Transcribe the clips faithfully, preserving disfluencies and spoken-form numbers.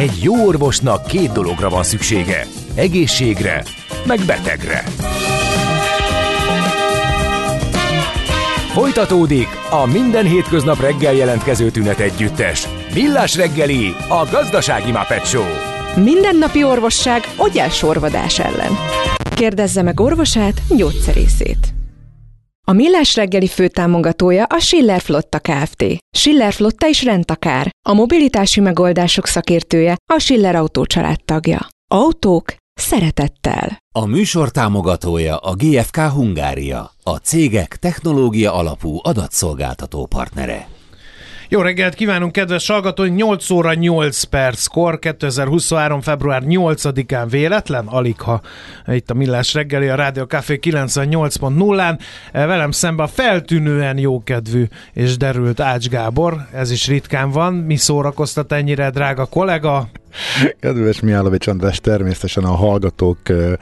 Egy jó orvosnak két dologra van szüksége. Egészségre, meg betegre. Folytatódik a minden hétköznap reggel jelentkező tünet együttes. Millás reggeli, a gazdasági Muppet Show. Mindennapi orvosság ogyásorvadás ellen. Kérdezze meg orvosát, gyógyszerészét. A Millás reggeli főtámogatója a Schiller Flotta Kft. Schiller Flotta is rendtakár. A mobilitási megoldások szakértője, a Schiller Autó család tagja. Autók szeretettel. A műsor támogatója a gé ef ká Hungária, a cégek technológia alapú adatszolgáltató partnere. Jó reggelt kívánunk, kedves hallgatóink! nyolc óra nyolc perckor, kétezer-huszonhárom. február nyolcadikán véletlen, aligha itt a Millás reggeli, a Rádió Café kilencvennyolc pont nullán. Velem szemben a feltűnően jókedvű és derült Ács Gábor, ez is ritkán van. Mi szórakoztat ennyire, drága kollega? Kedves Mihálovics András, természetesen a hallgatók...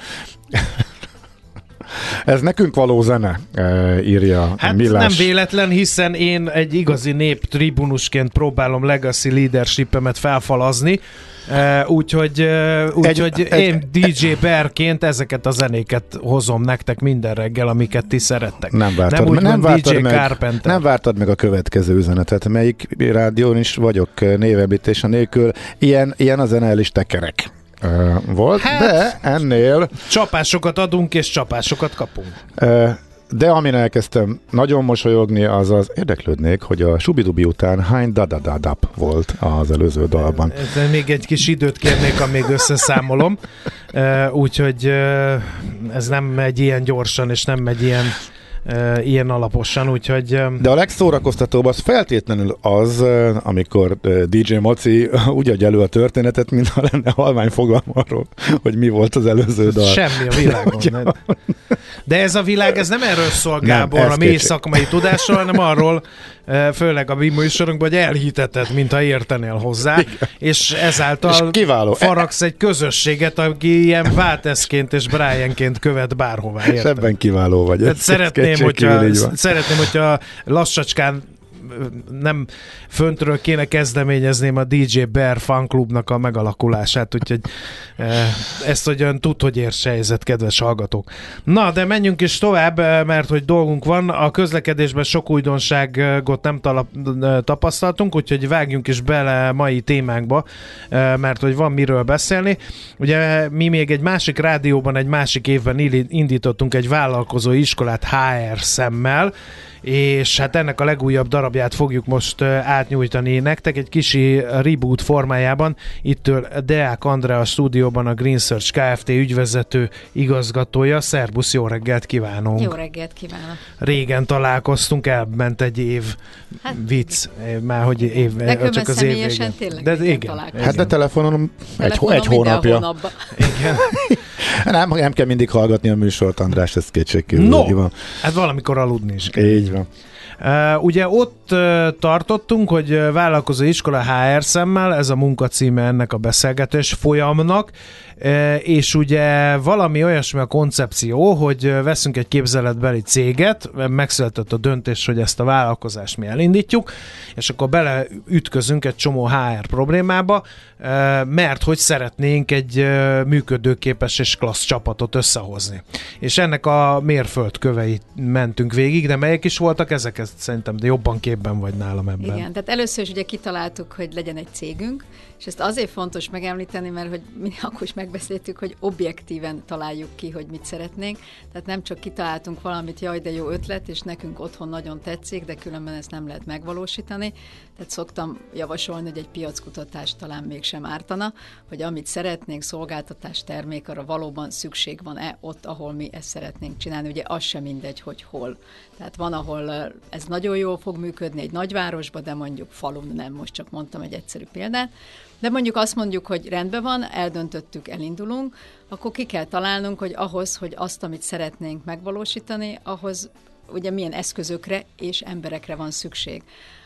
Ez nekünk való zene, írja hát Millás. Nem véletlen, hiszen én egy igazi néptribunusként próbálom legacy leadershipemet felfalazni, úgyhogy, úgyhogy egy, én egy, dé dzsé Bearként ezeket a zenéket hozom nektek minden reggel, amiket ti szerettek. Nem vártad, nem úgy nem van vártad dé dzsé meg, Carpenter. Nem vártad meg a következő üzenetet, melyik rádión is vagyok névemlítése nélkül. Ilyen, ilyen a zene el is tekerek. Uh, volt, hát, de ennél... Csapásokat adunk, és csapásokat kapunk. Uh, de amin elkezdtem nagyon mosolyogni, az az érdeklődnék, hogy a Subidubi után hány dadadadap volt az előző dalban. De még egy kis időt kérnék, amíg összeszámolom. Uh, úgyhogy uh, ez nem megy ilyen gyorsan, és nem megy ilyen Uh, ilyen alaposan, úgyhogy... Um... De a legszórakoztatóbb az feltétlenül az, uh, amikor uh, dé dzsé Maci úgy adja elő a történetet, mintha lenne halvány fogalma arról, hogy mi volt az előző dal. Semmi a világon. De, de ez a világ, ez nem erről szól, Gábor, nem, a mély kétség. Szakmai tudásról, hanem arról, uh, főleg a mi műsorunkban, hogy elhiteted, mintha értenél hozzá, igen. És ezáltal és faragsz egy közösséget, aki ilyen Válteszként és Brianként követ bárhová. És ebben kiváló vagy. Hát szeretném, hogyha, szeretném, hogyha lassacskán nem föntről kéne kezdeményezném a dé dzsé Bear fanklubnak a megalakulását, úgyhogy ezt hogyan tud, hogy érts helyzet, kedves hallgatók. Na, de menjünk is tovább, mert hogy dolgunk van, a közlekedésben sok újdonságot nem talap, tapasztaltunk, úgyhogy vágjunk is bele mai témánkba, mert hogy van miről beszélni. Ugye mi még egy másik rádióban, egy másik évben indítottunk egy vállalkozói iskolát há er szemmel, és hát ennek a legújabb darabját fogjuk most átnyújtani nektek egy kisi reboot formájában. Itt ül Deák Andrea a stúdióban, a Green Search Kft. Ügyvezető igazgatója. Szerbusz, jó reggelt kívánunk! Jó reggelt kívánok! Régen találkoztunk, elment egy év, hát, vicc, már hogy év, de csak az év végén. De igen. Hát de telefonon egy, egy hónapja. Igen. nem, nem kell mindig hallgatni a műsort, András, ez kétségkívül. No, van. Hát valamikor aludni is kell. Így van. Uh, ugye ott uh, tartottunk, hogy vállalkozó iskola há er szemmel, ez a munkacíme ennek a beszélgetés folyamnak, uh, és ugye valami olyasmi a koncepció, hogy uh, veszünk egy képzeletbeli céget, megszületett a döntés, hogy ezt a vállalkozást mi elindítjuk, és akkor beleütközünk egy csomó há er problémába, uh, mert hogy szeretnénk egy uh, működőképes és klassz csapatot összehozni. És ennek a mérföldköveit mentünk végig, de melyek is voltak ezek? Ezt szerintem de jobban képben vagy nálam ebben. Igen, tehát először is ugye kitaláltuk, hogy legyen egy cégünk, és ezt azért fontos megemlíteni, mert hogy mi akkor is megbeszéltük, hogy objektíven találjuk ki, hogy mit szeretnénk, tehát nem csak kitaláltunk valamit, jaj, de jó ötlet, és nekünk otthon nagyon tetszik, de különben ezt nem lehet megvalósítani, tehát szoktam javasolni, hogy egy piackutatás talán mégsem ártana, hogy amit szeretnénk, szolgáltatás, termék, arra valóban szükség van-e ott, ahol mi ezt szeretnénk csinálni, ugye az sem mindegy, hogy hol. Tehát van, ahol ez nagyon jól fog működni egy nagyvárosban, de mondjuk falun nem, most csak mondtam egy egyszerű példát. De mondjuk azt mondjuk, hogy rendben van, eldöntöttük, elindulunk, akkor ki kell találnunk, hogy ahhoz, hogy azt, amit szeretnénk megvalósítani, ahhoz ugye milyen eszközökre és emberekre van szükség.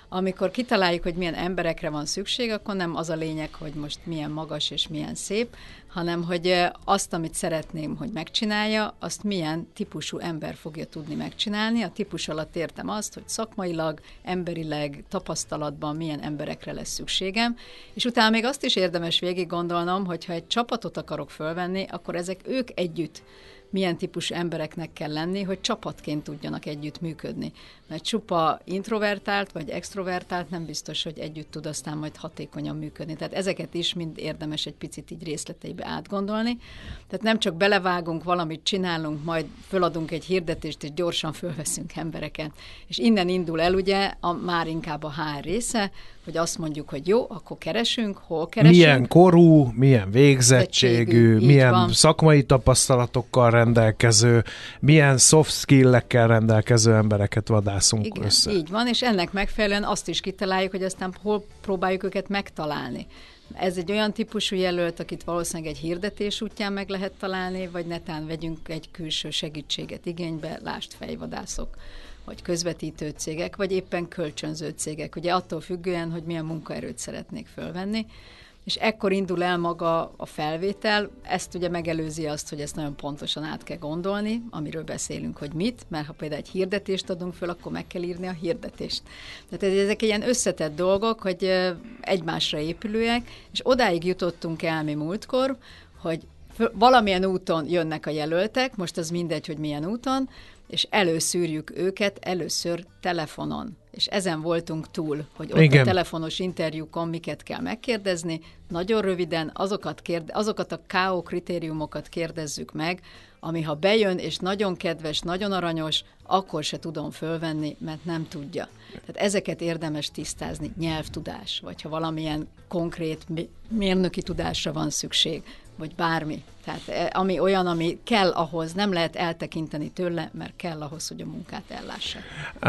Amikor kitaláljuk, hogy milyen emberekre van szükség, akkor nem az a lényeg, hogy most milyen magas és milyen szép, hanem hogy azt, amit szeretném, hogy megcsinálja, azt milyen típusú ember fogja tudni megcsinálni. A típus alatt értem azt, hogy szakmailag, emberileg, tapasztalatban milyen emberekre lesz szükségem, és utána még azt is érdemes végig gondolnom, hogy ha egy csapatot akarok fölvenni, akkor ezek ők együtt milyen típusú embereknek kell lenni, hogy csapatként tudjanak együtt működni. Mert csupa introvertált vagy extrovertált nem biztos, hogy együtt tud aztán majd hatékonyan működni. Tehát ezeket is mind érdemes egy picit így részleteibe átgondolni. Tehát nem csak belevágunk, valamit csinálunk, majd föladunk egy hirdetést, és gyorsan fölveszünk embereket. És innen indul el ugye a, már inkább a há er része, hogy azt mondjuk, hogy jó, akkor keresünk, hol keresünk. Milyen korú, milyen végzettségű, milyen van. Szakmai tapasztalatokkal rendelkező, milyen soft skill-ekkel rendelkező embereket vadászunk igen, össze. Így van, és ennek megfelelően azt is kitaláljuk, hogy aztán hol próbáljuk őket megtalálni. Ez egy olyan típusú jelölt, akit valószínűleg egy hirdetés útján meg lehet találni, vagy netán vegyünk egy külső segítséget igénybe, lásd fejvadászok, vagy közvetítő cégek, vagy éppen kölcsönző cégek, ugye attól függően, hogy milyen munkaerőt szeretnék fölvenni, és ekkor indul el maga a felvétel, ezt ugye megelőzi azt, hogy ezt nagyon pontosan át kell gondolni, amiről beszélünk, hogy mit, mert ha például egy hirdetést adunk föl, akkor meg kell írni a hirdetést. Tehát ezek ilyen összetett dolgok, hogy egymásra épülőek, és odáig jutottunk el mi múltkor, hogy valamilyen úton jönnek a jelöltek, most az mindegy, hogy milyen úton, és előszűrjük őket először telefonon. És ezen voltunk túl, hogy ott igen. A telefonos interjúkon miket kell megkérdezni. Nagyon röviden azokat, kérde- azokat a ká o kritériumokat kérdezzük meg, ami ha bejön, és nagyon kedves, nagyon aranyos, akkor se tudom fölvenni, mert nem tudja. Tehát ezeket érdemes tisztázni, nyelvtudás, vagy ha valamilyen konkrét mérnöki tudásra van szükség, vagy bármi. Tehát ami olyan, ami kell ahhoz, nem lehet eltekinteni tőle, mert kell ahhoz, hogy a munkát ellássa.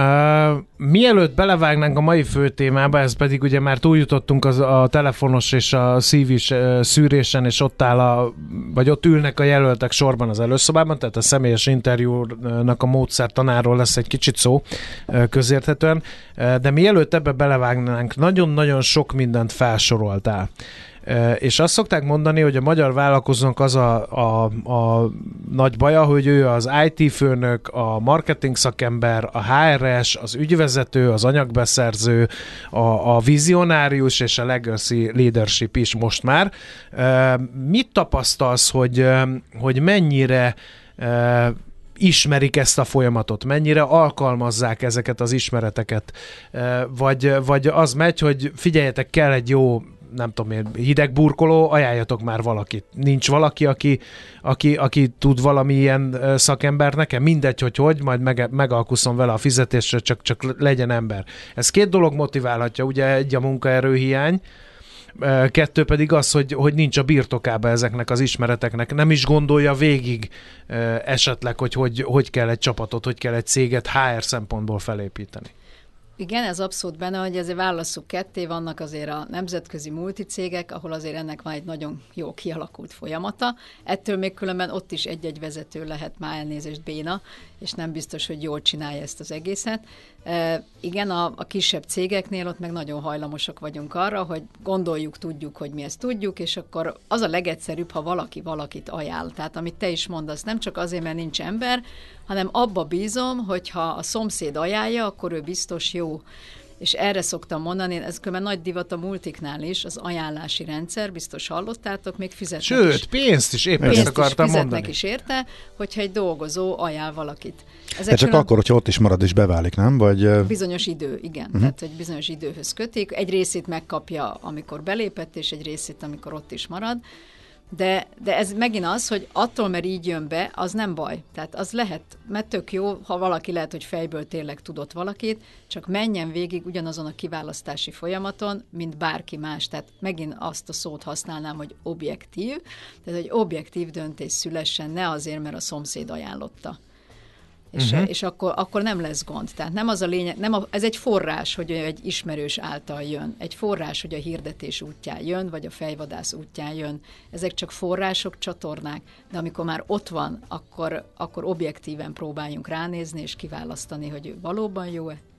Uh, mielőtt belevágnánk a mai fő témába, ez pedig ugye már túljutottunk az, a telefonos és a szívis uh, szűrésen, és ott áll a, vagy ott ülnek a jelöltek sorban az előszobában, tehát a személyes interjúnak a módszertanáról lesz egy kicsit szó uh, közérthetően, uh, de mielőtt ebbe belevágnánk, nagyon-nagyon sok mindent felsoroltál. És azt szokták mondani, hogy a magyar vállalkozónak az a, a, a nagy baja, hogy ő az i té főnök, a marketing szakember, a há er es, az ügyvezető, az anyagbeszerző, a, a vizionárius és a legacy leadership is most már. Mit tapasztalsz, hogy, hogy mennyire ismerik ezt a folyamatot, mennyire alkalmazzák ezeket az ismereteket, vagy, vagy az megy, hogy figyeljetek, kell egy jó, nem tudom én, hideg burkoló, ajánljatok már valakit. Nincs valaki, aki, aki, aki tud valamilyen szakember nekem? Mindegy, hogy hogy, majd meg, megalkuszom vele a fizetésre, csak, csak legyen ember. Ez két dolog motiválhatja, ugye egy a munkaerőhiány, kettő pedig az, hogy, hogy nincs a birtokába ezeknek az ismereteknek, nem is gondolja végig esetleg, hogy, hogy hogy kell egy csapatot, hogy kell egy céget há er szempontból felépíteni. Igen, ez abszolút benne, hogy azért válasszuk ketté, vannak azért a nemzetközi multicégek, ahol azért ennek van egy nagyon jó kialakult folyamata. Ettől még különben ott is egy-egy vezető lehet már elnézést béna, és nem biztos, hogy jól csinálja ezt az egészet. E, igen, a, a kisebb cégeknél ott meg nagyon hajlamosak vagyunk arra, hogy gondoljuk, tudjuk, hogy mi ezt tudjuk, és akkor az a legegyszerűbb, ha valaki valakit ajánl. Tehát amit te is mondasz, nem csak azért, mert nincs ember, hanem abba bízom, hogy ha a szomszéd ajánlja, akkor ő biztos jó. És erre szoktam mondani, ez különben nagy divat a multiknál is, az ajánlási rendszer, biztos hallottátok, még fizetnek Sőt, is. pénzt is éppen pénzt ezt akartam is mondani. Fizetnek is érte, hogyha egy dolgozó ajánl valakit. Ezek csak külön... akkor, hogyha ott is marad és beválik, nem? Vagy... Bizonyos idő, igen. Uh-huh. Tehát, hogy bizonyos időhöz kötik. Egy részét megkapja, amikor belépett, és egy részét, amikor ott is marad. De, de ez megint az, hogy attól, mert így jön be, az nem baj. Tehát az lehet, mert tök jó, ha valaki lehet, hogy fejből tényleg tudott valakit, csak menjen végig ugyanazon a kiválasztási folyamaton, mint bárki más. Tehát megint azt a szót használnám, hogy objektív. Tehát, hogy objektív döntés szülessen, ne azért, mert a szomszéd ajánlotta. És, uh-huh. és akkor, akkor nem lesz gond. Tehát nem az a lényeg, nem a, ez egy forrás, hogy egy ismerős által jön. Egy forrás, hogy a hirdetés útján jön, vagy a fejvadász útján jön. Ezek csak források, csatornák, de amikor már ott van, akkor, akkor objektíven próbáljunk ránézni, és kiválasztani, hogy ő valóban jó-e,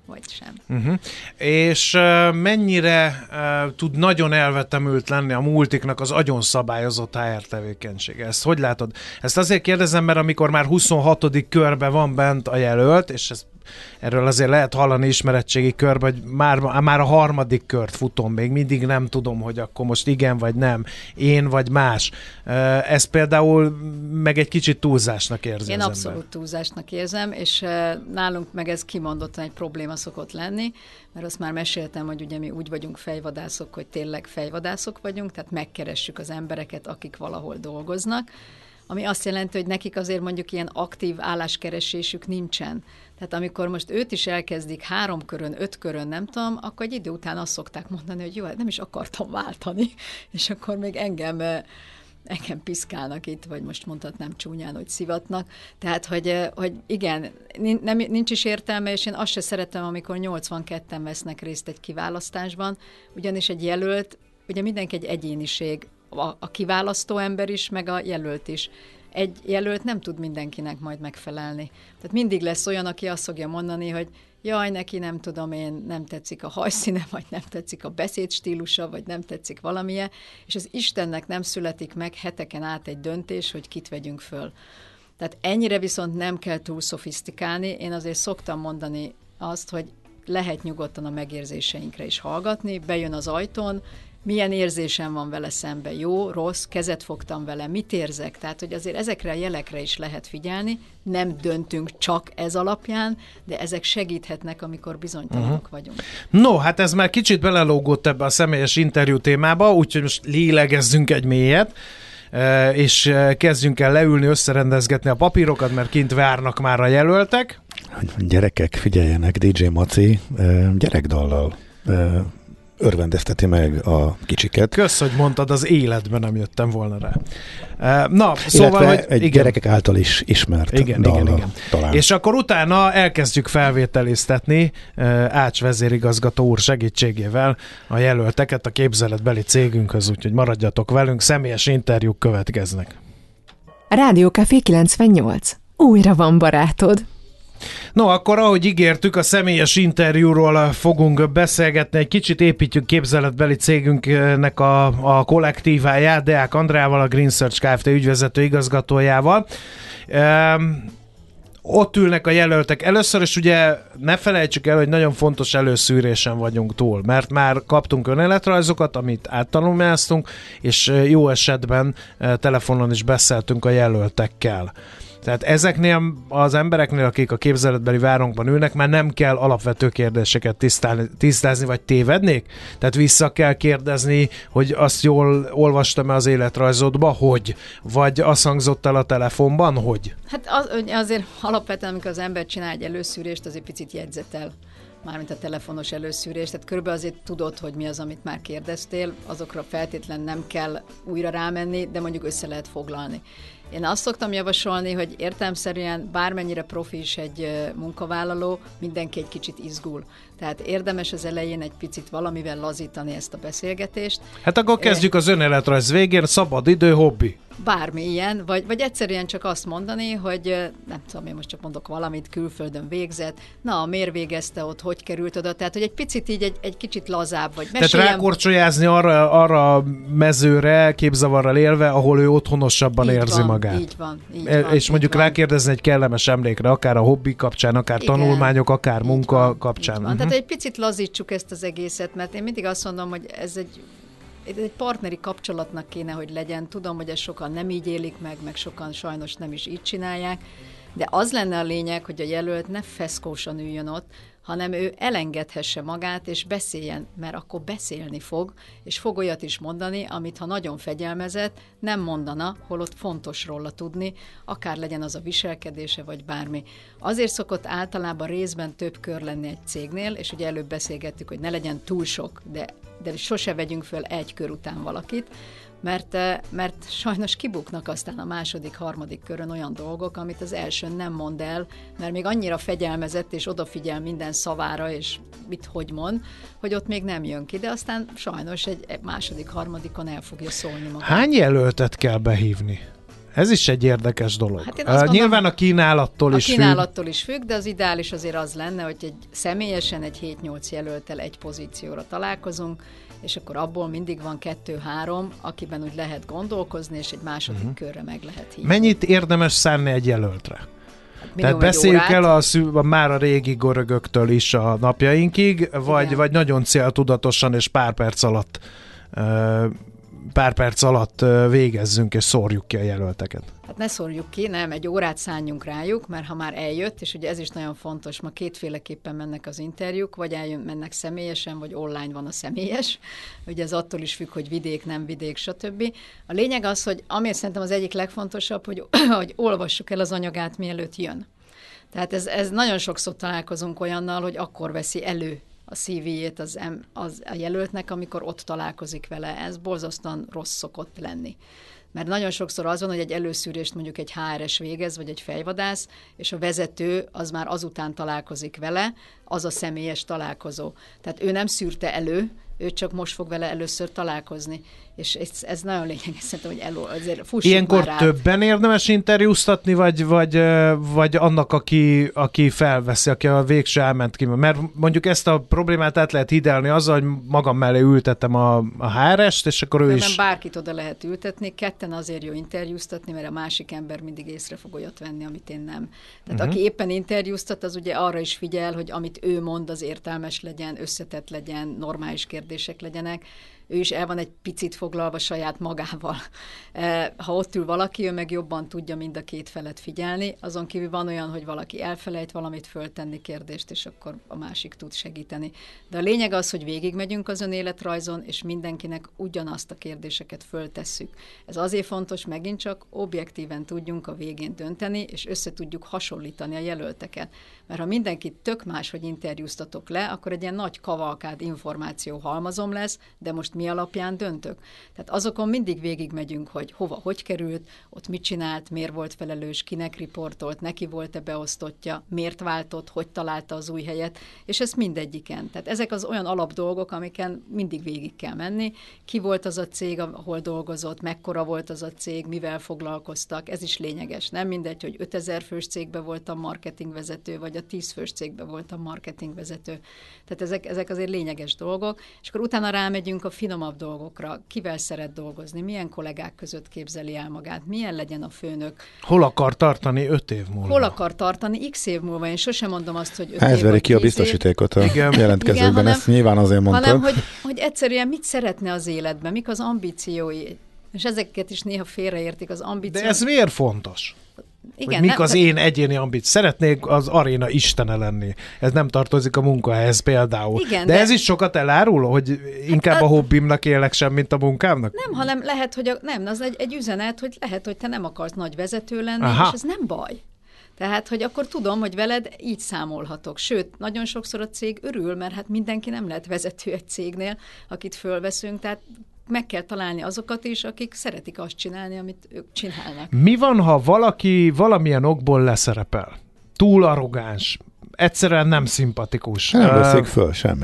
vagy sem. Uh-huh. És uh, mennyire uh, tud nagyon elvetemült lenni a multiknak az agyon szabályozott há er tevékenysége? Ezt hogy látod? Ezt azért kérdezem, mert amikor már huszonhatodik körben van bent a jelölt, és ez, erről azért lehet hallani ismeretségi körben, hogy már, már a harmadik kört futom, még mindig nem tudom, hogy akkor most igen vagy nem, én vagy más. Uh, ez például meg egy kicsit túlzásnak érzi. Én az abszolút ember. túlzásnak érzem, és uh, nálunk meg ez kimondottan egy probléma szokott lenni, mert azt már meséltem, hogy ugye mi úgy vagyunk fejvadászok, hogy tényleg fejvadászok vagyunk, tehát megkeressük az embereket, akik valahol dolgoznak, ami azt jelenti, hogy nekik azért mondjuk ilyen aktív álláskeresésük nincsen. Tehát amikor most őt is elkezdik három körön, öt körön, nem tudom, akkor egy idő után azt szokták mondani, hogy jó, nem is akartam váltani, és akkor még engem... engem piszkálnak itt, vagy most mondhatnám csúnyán, hogy szivatnak. Tehát, hogy, hogy igen, nem, nincs is értelme, és én azt se szeretem, amikor nyolcvanketten vesznek részt egy kiválasztásban, ugyanis egy jelölt, ugye mindenki egy egyéniség, a, a kiválasztó ember is, meg a jelölt is. Egy jelölt nem tud mindenkinek majd megfelelni. Tehát mindig lesz olyan, aki azt fogja mondani, hogy jaj, neki nem tudom én, nem tetszik a hajszíne, vagy nem tetszik a beszédstílusa, vagy nem tetszik valamilyen, és az Istennek nem születik meg heteken át egy döntés, hogy kit vegyünk föl. Tehát ennyire viszont nem kell túl szofisztikálni. Én azért szoktam mondani azt, hogy lehet nyugodtan a megérzéseinkre is hallgatni, bejön az ajtón, milyen érzésem van vele szemben, jó, rossz, kezet fogtam vele, mit érzek? Tehát, hogy azért ezekre a jelekre is lehet figyelni, nem döntünk csak ez alapján, de ezek segíthetnek, amikor bizonytalanok uh-huh. vagyunk. No, hát ez már kicsit belelógott ebbe a személyes interjú témába, úgyhogy most lélegezzünk egy mélyet, és kezdjünk el leülni, összerendezgetni a papírokat, mert kint várnak már a jelöltek. Gyerekek, figyeljenek, dé dzsé Maci gyerekdallal örvendezteti meg a kicsiket. Kösz, hogy mondtad, az életben nem jöttem volna rá. Na, szóval, illetve hogy egy igen. gyerekek által is ismert igen, dallal, igen, igen. talán. És akkor utána elkezdjük felvételiztetni Ács vezérigazgató úr segítségével a jelölteket a képzeletbeli cégünkhöz, úgyhogy maradjatok velünk, személyes interjúk következnek. Rádió Café kilencvennyolc. Újra van barátod. No, akkor ahogy ígértük, a személyes interjúról fogunk beszélgetni, egy kicsit építjük képzeletbeli cégünknek a, a kollektíváját, Deák Andrával, a Green Search Kft. Ügyvezető igazgatójával. Um, ott ülnek a jelöltek. Először is ugye ne felejtsük el, hogy nagyon fontos előszűrésen vagyunk túl, mert már kaptunk önéletrajzokat, amit áttanulmányoztunk, és jó esetben telefonon is beszéltünk a jelöltekkel. Tehát ezeknél az embereknél, akik a képzeletbeli várunkban ülnek, már nem kell alapvető kérdéseket tisztázni, tisztázni, vagy tévednék? Tehát vissza kell kérdezni, hogy azt jól olvastam-e az életrajzodba, hogy? Vagy azt hangzott el a telefonban, hogy? Hát az, azért alapvetően, amikor az ember csinál egy előszűrést, azért picit jegyzetel, mármint a telefonos előszűrés, tehát körülbelül azért tudod, hogy mi az, amit már kérdeztél, azokra feltétlen nem kell újra rámenni, de mondjuk össze lehet foglalni. Én azt szoktam javasolni, hogy értelemszerűen bármennyire profi is egy munkavállaló, mindenki egy kicsit izgul. Tehát érdemes az elején egy picit valamivel lazítani ezt a beszélgetést. Hát akkor kezdjük az önéletrajz végén, szabad idő, hobbi. Bármi ilyen, vagy, vagy egyszerűen csak azt mondani, hogy nem tudom, én most csak mondok valamit, külföldön végzett, na, miért végezte ott, hogy került oda, tehát hogy egy picit így egy, egy kicsit lazább, vagy meséljen. Tehát rákorcsolyázni arra, arra a mezőre, képzavarral élve, ahol ő otthonosabban így érzi van, magát. Így van, így e, van. És így mondjuk van. rákérdezni egy kellemes emlékre, akár a hobbi kapcsán, akár igen, tanulmányok, akár munka van, kapcsán. Uh-huh. Tehát egy picit lazítsuk ezt az egészet, mert én mindig azt mondom, hogy ez egy egy partneri kapcsolatnak kéne, hogy legyen. Tudom, hogy ezt sokan nem így élik meg, meg sokan sajnos nem is így csinálják, de az lenne a lényeg, hogy a jelölt ne feszkósan üljön ott, hanem ő elengedhesse magát, és beszéljen, mert akkor beszélni fog, és fog olyat is mondani, amit ha nagyon fegyelmezett, nem mondana, holott fontos róla tudni, akár legyen az a viselkedése, vagy bármi. Azért szokott általában részben több kör lenni egy cégnél, és ugye előbb beszélgettük, hogy ne legyen túl sok, de, de sose vegyünk föl egy kör után valakit, Mert, mert sajnos kibuknak aztán a második, harmadik körön olyan dolgok, amit az elsőn nem mond el, mert még annyira fegyelmezett és odafigyel minden szavára, és mit hogy mond, hogy ott még nem jön ki, de aztán sajnos egy második, harmadikon el fogja szólni magát. Hány jelöltet kell behívni? Ez is egy érdekes dolog. Hát uh, gondolom, nyilván a kínálattól a is kínálattól függ. is függ, de az ideális azért az lenne, hogy egy személyesen egy hét-nyolc jelölttel egy pozícióra találkozunk, és akkor abból mindig van kettő-három, akiben úgy lehet gondolkozni, és egy második uh-huh. körre meg lehet hívni. Mennyit érdemes szánni egy jelöltre? Hát Tehát beszéljük el a, szü- a már a régi görögöktől is a napjainkig, vagy, vagy nagyon céltudatosan és pár perc alatt uh, pár perc alatt végezzünk, és szórjuk ki a jelölteket. Hát ne szórjuk ki, nem, egy órát szálljunk rájuk, mert ha már eljött, és ugye ez is nagyon fontos, ma kétféleképpen mennek az interjúk, vagy eljön, mennek személyesen, vagy online van a személyes. Ugye ez attól is függ, hogy vidék, nem vidék, stb. A lényeg az, hogy ami szerintem az egyik legfontosabb, hogy, hogy olvassuk el az anyagát, mielőtt jön. Tehát ez, ez nagyon sokszor találkozunk olyannal, hogy akkor veszi elő a cé vé-jét az, az a jelöltnek, amikor ott találkozik vele. Ez borzasztóan rossz szokott lenni. Mert nagyon sokszor az van, hogy egy előszűrést mondjuk egy há er es végez, vagy egy fejvadász, és a vezető az már azután találkozik vele, az a személyes találkozó. Tehát ő nem szűrte elő, ő csak most fog vele először találkozni. És ez, ez nagyon lényeges, szerintem, hogy elő, azért fussuk Ilyenkor már többen érdemes interjúztatni, vagy, vagy, vagy annak, aki, aki felveszi, aki a végső elment ki? Mert mondjuk ezt a problémát át lehet hidelni azzal, hogy magam mellé ültetem a, a há er est, és akkor ő de is... Nem bárkit oda lehet ültetni, ketten azért jó interjúztatni, mert a másik ember mindig észre fog olyat venni, amit én nem. Tehát uh-huh. aki éppen interjúztat, az ugye arra is figyel, hogy amit ő mond, az értelmes legyen, összetett legyen, normális kérdések legyenek. Ő is el van egy picit foglalva saját magával. Ha ott ül valaki, ő meg jobban tudja mind a két felet figyelni. Azon kívül van olyan, hogy valaki elfelejt valamit föltenni kérdést, és akkor a másik tud segíteni. De a lényeg az, hogy végigmegyünk az önéletrajzon, és mindenkinek ugyanazt a kérdéseket föltesszük. Ez azért fontos, megint csak objektíven tudjunk a végén dönteni, és össze tudjuk hasonlítani a jelölteket. Mert ha mindenkit tök más, hogy interjúztatok le, akkor egy ilyen nagy kavalkád információ halmazom lesz, de most mi alapján döntök. Tehát azokon mindig végigmegyünk, hogy hova, hogy került, ott mit csinált, miért volt felelős, kinek riportolt, neki volt-e beosztottja, miért váltott, hogy találta az új helyet, és ez mindegyiken. Tehát ezek az olyan alapdolgok, amiken mindig végig kell menni. Ki volt az a cég, ahol dolgozott, mekkora volt az a cég, mivel foglalkoztak, ez is lényeges. Nem mindegy, hogy ötezer fős cégben voltam marketingvezető, vagy a tíz fős cégben voltam marketingvezető. Tehát ezek, ezek azért lényeges dolgok, és akkor utána rámegyünk a finomabb dolgokra, kivel szeret dolgozni, milyen kollégák között képzeli el magát, milyen legyen a főnök. Hol akar tartani öt év múlva? Hol akar tartani x év múlva? Én sosem mondom azt, hogy öt Ez év veri ki a tíz biztosítékot a Igen. jelentkezőkben, Igen, ezt nyilván azért mondtad. Hanem, hogy, hogy egyszerűen mit szeretne az életben, mik az ambíciói, és ezeket is néha félreértik az ambíciói. De ez miért fontos? Igen, hogy mik nem, az én egyéni ambíciók. Szeretnék az aréna istene lenni. Ez nem tartozik a munkahelyhez például. Igen, de, de ez is sokat elárul, hogy inkább hát, a hobbimnak élek sem, mint a munkámnak? Nem, hanem lehet, hogy a, nem, az egy, egy üzenet, hogy lehet, hogy te nem akarsz nagy vezető lenni, Aha. és ez nem baj. Tehát, hogy akkor tudom, hogy veled így számolhatok. Sőt, nagyon sokszor a cég örül, mert hát mindenki nem lehet vezető egy cégnél, akit fölveszünk, tehát meg kell találni azokat is, akik szeretik azt csinálni, amit ők csinálnak. Mi van, ha valaki valamilyen okból leszerepel? Túl arrogáns, egyszerűen nem szimpatikus. Nem veszik uh, föl, semmi.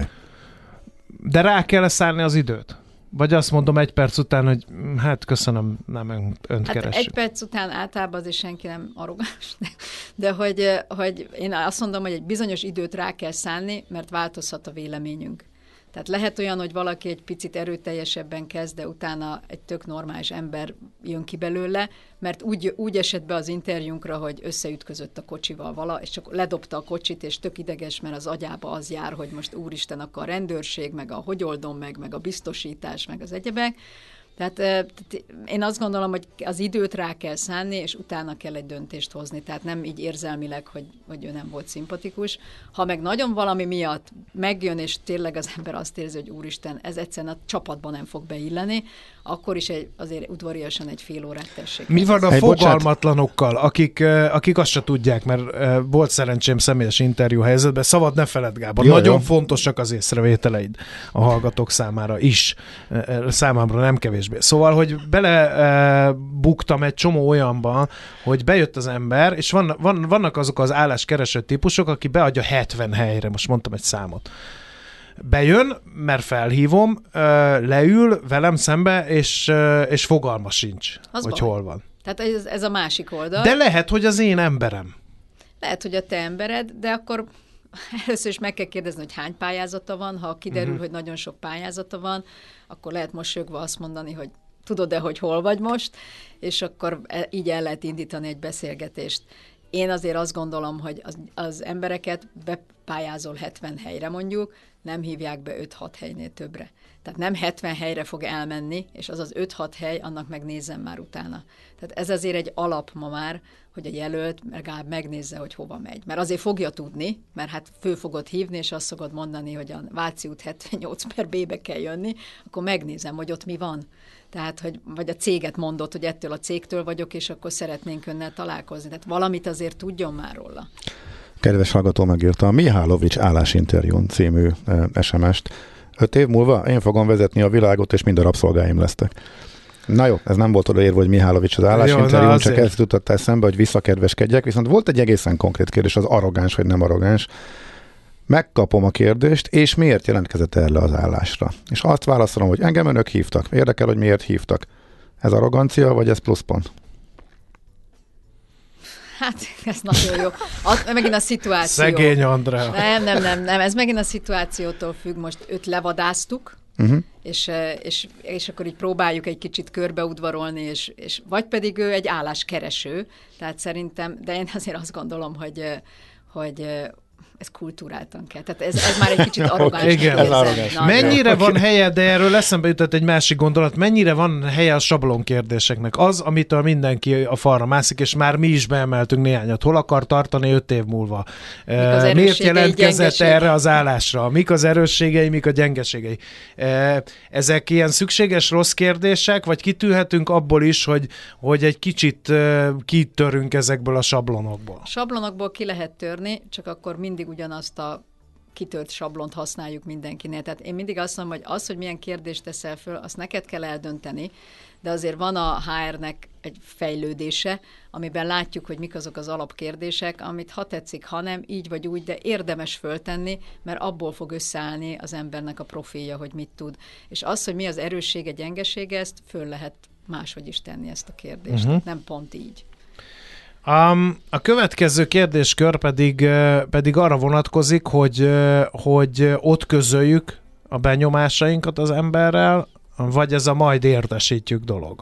De rá kell szállni az időt? Vagy azt mondom egy perc után, hogy hát köszönöm, nem önt Hát keressük. egy perc után általában azért senki nem arrogáns, de, de hogy, hogy én azt mondom, hogy egy bizonyos időt rá kell szállni, mert változhat a véleményünk. Tehát lehet olyan, hogy valaki egy picit erőteljesebben kezd, de utána egy tök normális ember jön ki belőle, mert úgy, úgy esett be az interjúnkra, hogy összeütközött a kocsival vala, és csak ledobta a kocsit, és tök ideges, mert az agyába az jár, hogy most úristen, akkor a rendőrség, meg a hogy oldom meg, meg a biztosítás, meg az egyebek. Tehát én azt gondolom, hogy az időt rá kell szánni, és utána kell egy döntést hozni. Tehát nem így érzelmileg, hogy, hogy ő nem volt szimpatikus. Ha meg nagyon valami miatt megjön, és tényleg az ember azt érzi, hogy úristen, ez egyszerűen a csapatban nem fog beilleni, akkor is egy, azért udvariasan egy fél órát tessék. Mi van a hey, fogalmatlanokkal, akik, akik azt se tudják, mert volt szerencsém személyes interjú helyzetben, szabad ne feled, Gábor. Jó, nagyon jó. Fontosak az észrevételeid a hallgatók számára is, számomra nem kevésbé. Szóval, hogy bele buktam egy csomó olyanba, hogy bejött az ember, és van, van, vannak azok az álláskereső típusok, aki beadja hetven helyre, most mondtam egy számot. Bejön, mert felhívom, leül velem szembe, és, és fogalma sincs, az hogy baj. Hol van. Tehát ez, ez a másik oldal. De lehet, hogy az én emberem. Lehet, hogy a te embered, de akkor először is meg kell kérdezni, hogy hány pályázata van. Ha kiderül, uh-huh. hogy nagyon sok pályázata van, akkor lehet mosolyogva azt mondani, hogy tudod-e, hogy hol vagy most, és akkor így el lehet indítani egy beszélgetést. Én azért azt gondolom, hogy az, az embereket bepályázol hetven helyre mondjuk, nem hívják be öt-hat helynél többre. Tehát nem hetven helyre fog elmenni, és az az öt-hat hely, annak megnézzem már utána. Tehát ez azért egy alap ma már, hogy a jelölt legalább megnézze, hogy hova megy. Mert azért fogja tudni, mert hát fő fogod hívni, és azt szokod mondani, hogy a Váci út hetvennyolc per B-be kell jönni, akkor megnézem, hogy ott mi van. Tehát, hogy vagy a céget mondott, hogy ettől a cégtől vagyok, és akkor szeretnénk önnel találkozni. Tehát valamit azért tudjon már róla. Kedves hallgató megírta a Mihálovics állásinterjún című es em es-t. Öt év múlva én fogom vezetni a világot, és mind a rabszolgáim lesztek. Na jó, ez nem volt odaírva, hogy Mihálovics az állásinterjún, csak ezt jutott eszembe, hogy visszakedveskedjek, viszont volt egy egészen konkrét kérdés, az arrogáns vagy nem arrogáns. Megkapom a kérdést, és miért jelentkezett erre az állásra? És azt válaszolom, hogy engem önök hívtak. Érdekel, hogy miért hívtak. Ez arrogancia, vagy ez pluszpont? Hát, ez nagyon jó. A, megint a szituáció. Szegény Andrea. Nem, nem, nem, nem. Ez megint a szituációtól függ. Most őt levadáztuk, uh-huh. és, és, és akkor így próbáljuk egy kicsit körbeudvarolni, és, és vagy pedig ő egy álláskereső. Tehát szerintem, de én azért azt gondolom, hogy, hogy ez kultúráltan kell. Tehát ez, ez már egy kicsit arrogáns. Igen, ez arrogáns. Mennyire okay. van helye, de erről eszembe jutott egy másik gondolat, mennyire van helye a sablon kérdéseknek? Az, amitől mindenki a falra mászik, és már mi is beemeltünk néhányat. Hol akar tartani öt év múlva? E, miért jelentkezett erre az állásra? Mik az erősségei, mik a gyengeségei? E, ezek ilyen szükséges rossz kérdések, vagy kitűhetünk abból is, hogy, hogy egy kicsit e, kitörünk ezekből a sablonokból? A sablonokból ki lehet törni, csak akkor mindig ugyanazt a kitört sablont használjuk mindenkinél. Tehát én mindig azt mondom, hogy az, hogy milyen kérdést teszel föl, azt neked kell eldönteni, de azért van a há er-nek egy fejlődése, amiben látjuk, hogy mik azok az alapkérdések, amit ha tetszik, ha nem, így vagy úgy, de érdemes föltenni, mert abból fog összeállni az embernek a profilja, hogy mit tud. És az, hogy mi az erőssége, gyengesége, ezt föl lehet máshogy is tenni ezt a kérdést. Uh-huh. Nem pont így. Um, a következő kérdéskör pedig, pedig arra vonatkozik, hogy, hogy ott közöljük a benyomásainkat az emberrel, vagy ez a majd értesítjük dolog.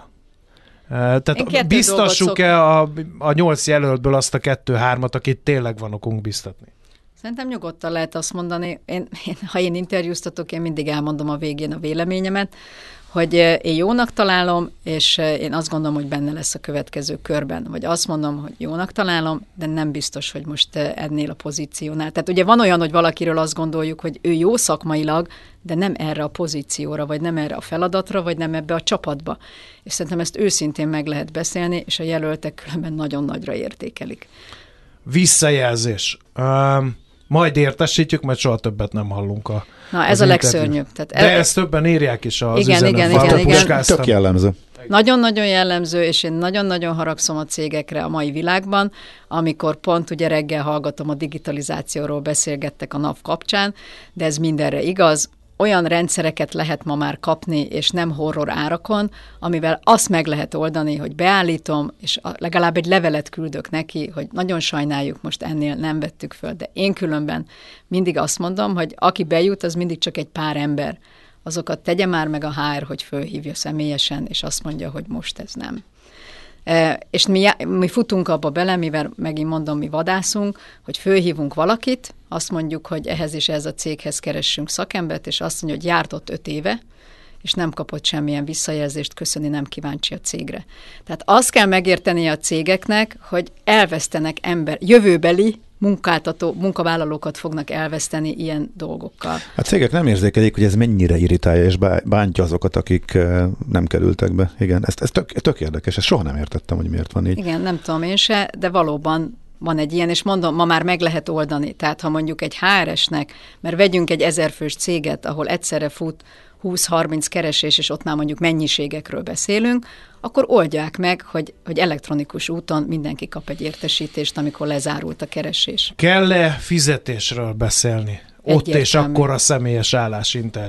Tehát biztassuk-e a, a nyolc jelöltből azt a kettő-hármat, akit tényleg van okunk biztatni? Szerintem nyugodtan lehet azt mondani, én, én, ha én interjúztatok, én mindig elmondom a végén a véleményemet, hogy én jónak találom, és én azt gondolom, hogy benne lesz a következő körben. Vagy azt mondom, hogy jónak találom, de nem biztos, hogy most ennél a pozíciónál. Tehát ugye van olyan, hogy valakiről azt gondoljuk, hogy ő jó szakmailag, de nem erre a pozícióra, vagy nem erre a feladatra, vagy nem ebbe a csapatba. És szerintem ezt őszintén meg lehet beszélni, és a jelöltek különben nagyon nagyra értékelik. Visszajelzés. Um, majd értesítjük, mert soha többet nem hallunk a Na, ez a legszörnyűbb. Tehát de el... ezt többen írják is az igen, igen, igen, igen. Tök jellemző. Nagyon-nagyon jellemző, és én nagyon-nagyon haragszom a cégekre a mai világban, amikor pont ugye reggel hallgatom, a digitalizációról beszélgettek a NAV kapcsán, de ez mindenre igaz. Olyan rendszereket lehet ma már kapni, és nem horror árakon, amivel azt meg lehet oldani, hogy beállítom, és legalább egy levelet küldök neki, hogy nagyon sajnáljuk, most ennél nem vettük föl, de én különben mindig azt mondom, hogy aki bejut, az mindig csak egy pár ember. Azokat tegye már meg a há er, hogy fölhívja személyesen, és azt mondja, hogy most ez nem. E, és mi, mi futunk abba bele, mivel megint mondom, mi vadászunk, hogy fölhívunk valakit, azt mondjuk, hogy ehhez és ehhez a céghez keressünk szakembert, és azt mondja, hogy járt ott öt éve, és nem kapott semmilyen visszajelzést, köszöni, nem kíváncsi a cégre. Tehát azt kell megérteni a cégeknek, hogy elvesztenek ember, jövőbeli munkáltató, munkavállalókat fognak elveszteni ilyen dolgokkal. A cégek nem érzékelik, hogy ez mennyire irritálja és bántja azokat, akik nem kerültek be. Igen, ez, ez tök, tök érdekes, ezt soha nem értettem, hogy miért van így. Igen, nem tudom én se, de valóban van egy ilyen, és mondom, ma már meg lehet oldani. Tehát ha mondjuk egy há er esnek, mert vegyünk egy ezerfős céget, ahol egyszerre fut húsz-harminc keresés, és ott már mondjuk mennyiségekről beszélünk, akkor oldják meg, hogy, hogy elektronikus úton mindenki kap egy értesítést, amikor lezárult a keresés. Kell-e fizetésről beszélni? Ott és akkor a személyes állásinterjú.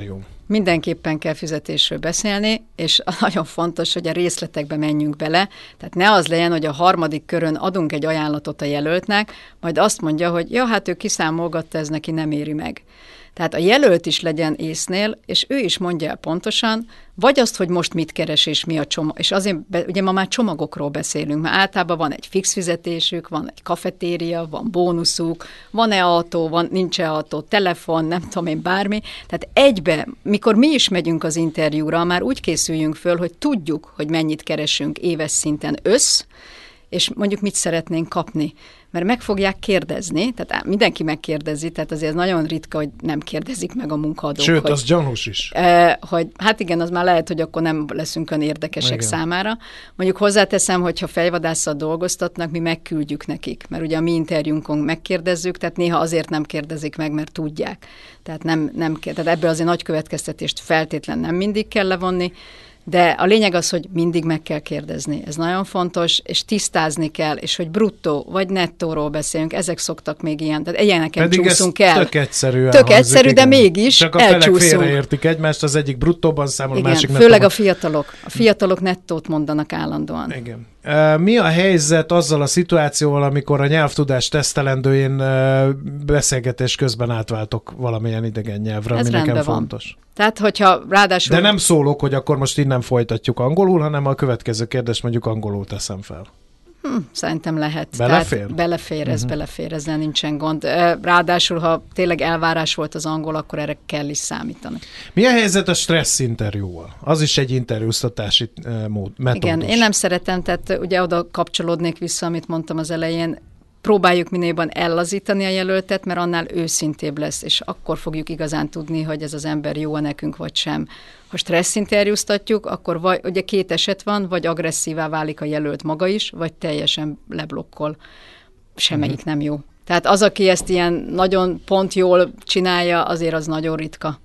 mindenképpen kell fizetésről beszélni, és nagyon fontos, hogy a részletekbe menjünk bele, tehát ne az legyen, hogy a harmadik körön adunk egy ajánlatot a jelöltnek, majd azt mondja, hogy ja, hát ő kiszámolgatta, ez neki nem éri meg. Tehát a jelölt is legyen észnél, és ő is mondja el pontosan, vagy azt, hogy most mit keres, és mi a csomag. És azért, ugye ma már csomagokról beszélünk, mert általában van egy fix fizetésük, van egy kafetéria, van bónuszuk, van-e autó, van, nincs-e autó, telefon, nem tudom én, bármi. Tehát egybe, mikor mi is megyünk az interjúra, már úgy készüljünk föl, hogy tudjuk, hogy mennyit keresünk éves szinten össz, és mondjuk mit szeretnénk kapni. Mert meg fogják kérdezni, tehát mindenki megkérdezi, tehát azért ez nagyon ritka, hogy nem kérdezik meg a munkadók. Sőt, hogy, az gyanús is. Eh, hogy hát igen, az már lehet, hogy akkor nem leszünk olyan érdekesek igen. számára. Mondjuk hozzáteszem, hogyha fejvadásszal dolgoztatnak, mi megküldjük nekik, mert ugye a mi interjúnkon megkérdezzük, tehát néha azért nem kérdezik meg, mert tudják. Tehát, nem, nem, tehát ebből azért nagy következtetést feltétlen nem mindig kell levonni, de a lényeg az, hogy mindig meg kell kérdezni. Ez nagyon fontos, és tisztázni kell, és hogy bruttó vagy nettóról beszélünk, ezek szoktak még ilyen, tehát ilyeneken csúszunk el. Tök egyszerűen Tök egyszerű, igen. De mégis csak a elcsúszunk. felek félreértik egymást, az egyik bruttóban számol, a másik nettóban. Főleg a fiatalok. A fiatalok nettót mondanak állandóan. Igen. Mi a helyzet azzal a szituációval, amikor a nyelvtudás tesztelendőjén beszélgetés közben átváltok valamilyen idegen nyelvre, ami nekem fontos? Van. Tehát, hogyha ráadásul... De nem szólok, hogy akkor most innen folytatjuk angolul, hanem a következő kérdés mondjuk angolul teszem fel. Hm, szerintem lehet. Belefér? Tehát belefér, ez uh-huh. belefér, ezzel nincsen gond. Ráadásul, ha tényleg elvárás volt az angol, akkor erre kell is számítani. Mi a helyzet a stressz interjúval? Az is egy interjúztatási mód, metódus. Igen, én nem szeretem, tehát ugye oda kapcsolódnék vissza, amit mondtam az elején, próbáljuk minél jobban ellazítani a jelöltet, mert annál őszintébb lesz, és akkor fogjuk igazán tudni, hogy ez az ember jó-e nekünk, vagy sem. Ha stresszinterjúztatjuk, akkor vagy, ugye két eset van, vagy agresszívá válik a jelölt maga is, vagy teljesen leblokkol. Semmelyik uh-huh. nem jó. Tehát az, aki ezt ilyen nagyon pont jól csinálja, azért az nagyon ritka.